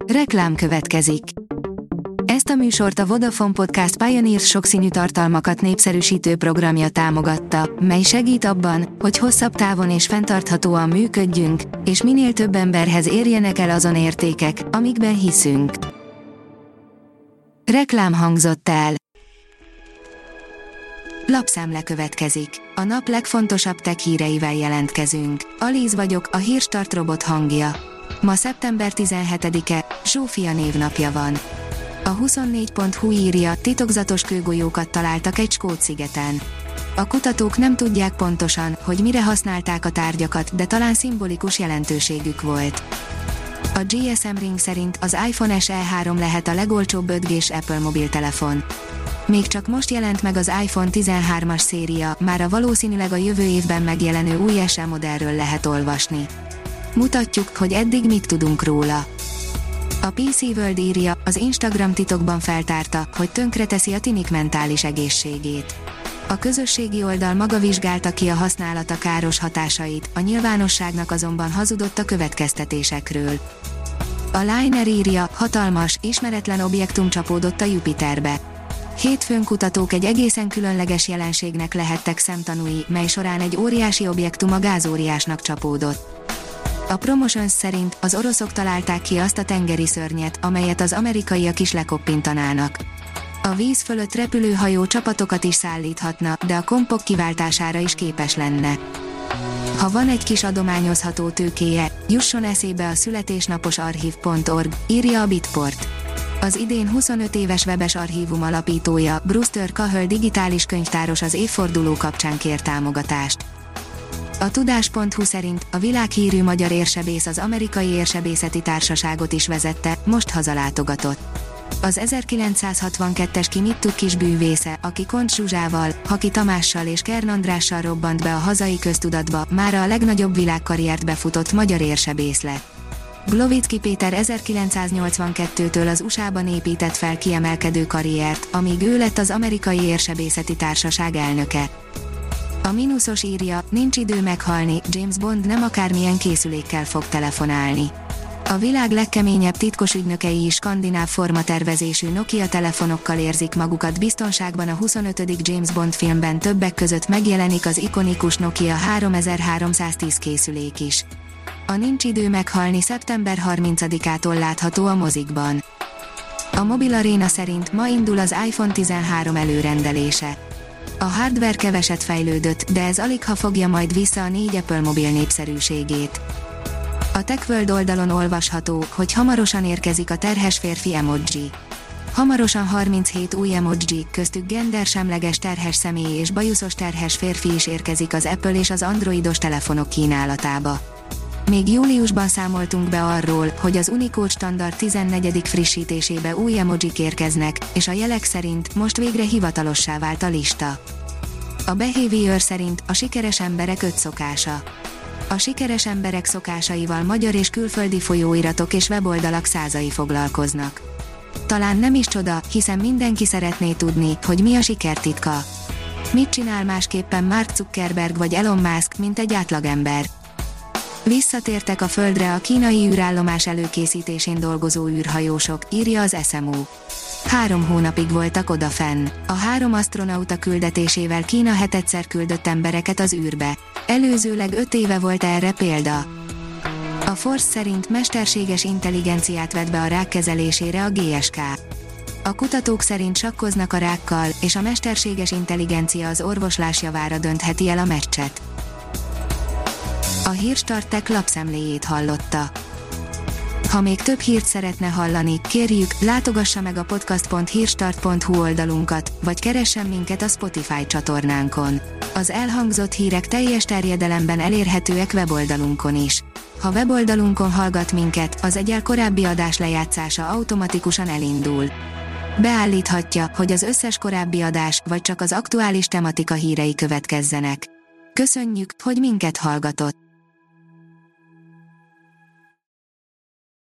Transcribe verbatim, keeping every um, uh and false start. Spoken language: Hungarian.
Reklám következik. Ezt a műsort a Vodafone Podcast Pioneers sokszínű tartalmakat népszerűsítő programja támogatta, mely segít abban, hogy hosszabb távon és fenntarthatóan működjünk, és minél több emberhez érjenek el azon értékek, amikben hiszünk. Reklám hangzott el. Lapszemle következik. A nap legfontosabb tech híreivel jelentkezünk. Alíz vagyok, a Hírstart robot hangja. Ma szeptember tizenhetedike, Zsófia névnapja van. A huszonnégy pont hu írja, titokzatos kőgolyókat találtak egy skót szigeten. A kutatók nem tudják pontosan, hogy mire használták a tárgyakat, de talán szimbolikus jelentőségük volt. A gé es em Ring szerint az iPhone es e három lehet a legolcsóbb öt gés Apple mobiltelefon. Még csak most jelent meg az iPhone tizenhármas széria, már a valószínűleg a jövő évben megjelenő új es e modellről lehet olvasni. Mutatjuk, hogy eddig mit tudunk róla. A pé cé World írja, az Instagram titokban feltárta, hogy tönkreteszi a tinik mentális egészségét. A közösségi oldal maga vizsgálta ki a használata káros hatásait, a nyilvánosságnak azonban hazudott a következtetésekről. A Liner írja, hatalmas, ismeretlen objektum csapódott a Jupiterbe. Hétfőn kutatók egy egészen különleges jelenségnek lehettek szemtanúi, mely során egy óriási objektum a gázóriásnak csapódott. A Promotions szerint az oroszok találták ki azt a tengeri szörnyet, amelyet az amerikaiak is lekoppintanának. A víz fölött repülő hajó csapatokat is szállíthatna, de a kompok kiváltására is képes lenne. Ha van egy kis adományozható tőkéje, jusson eszébe a születésnapos archív pont org, írja a Bitport. Az idén huszonöt éves webes archívum alapítója, Brewster Cahill digitális könyvtáros az évforduló kapcsán kér támogatást. A tudás pont hu szerint a világhírű magyar érsebész az Amerikai Érsebészeti Társaságot is vezette, most hazalátogatott. Az ezerkilencszázhatvankettes Kimittuk kis bűvésze, aki Kont Zsuzsával, Haki Tamással és Kern Andrással robbant be a hazai köztudatba, mára a legnagyobb világkarriert befutott magyar érsebész lett. Glovicki Péter ezerkilencszáznyolcvankettőtől az u es á-ban épített fel kiemelkedő karriert, amíg ő lett az Amerikai Érsebészeti Társaság elnöke. A mínuszos írja, nincs idő meghalni, James Bond nem akármilyen készülékkel fog telefonálni. A világ legkeményebb titkos ügynökei is skandináv formatervezésű Nokia telefonokkal érzik magukat biztonságban. A huszonötödik James Bond filmben többek között megjelenik az ikonikus Nokia háromezer-háromszáztíz készülék is. A Nincs idő meghalni szeptember harmincadikától látható a mozikban. A Mobil Arena szerint ma indul az iPhone tizenhárom előrendelése. A hardware keveset fejlődött, de ez aligha fogja majd vissza a négy Apple mobil népszerűségét. A TechWorld oldalon olvasható, hogy hamarosan érkezik a terhes férfi emoji. Hamarosan harminchét új emoji, köztük gendersemleges terhes személy és bajuszos terhes férfi is érkezik az Apple és az androidos telefonok kínálatába. Még júliusban számoltunk be arról, hogy az Unicode standard tizennegyedik frissítésébe új emojik érkeznek, és a jelek szerint most végre hivatalossá vált a lista. A Behavior szerint a sikeres emberek öt szokása. A sikeres emberek szokásaival magyar és külföldi folyóiratok és weboldalak százai foglalkoznak. Talán nem is csoda, hiszen mindenki szeretné tudni, hogy mi a siker titka. Mit csinál másképpen Mark Zuckerberg vagy Elon Musk, mint egy átlagember? Visszatértek a Földre a kínai űrállomás előkészítésén dolgozó űrhajósok, írja az es em o. Három hónapig voltak odafenn. A három asztronauta küldetésével Kína hetedszer küldött embereket az űrbe. Előzőleg öt éve volt erre példa. A Force szerint mesterséges intelligenciát vet be a rák kezelésére a gé es ká. A kutatók szerint sakkoznak a rákkal, és a mesterséges intelligencia az orvoslás javára döntheti el a meccset. A Hírstart Tech lapszemléjét hallotta. Ha még több hírt szeretne hallani, kérjük, látogassa meg a podcast pont hírstart pont hu oldalunkat, vagy keressen minket a Spotify csatornánkon. Az elhangzott hírek teljes terjedelemben elérhetőek weboldalunkon is. Ha weboldalunkon hallgat minket, az egyel korábbi adás lejátszása automatikusan elindul. Beállíthatja, hogy az összes korábbi adás, vagy csak az aktuális tematika hírei következzenek. Köszönjük, hogy minket hallgatott!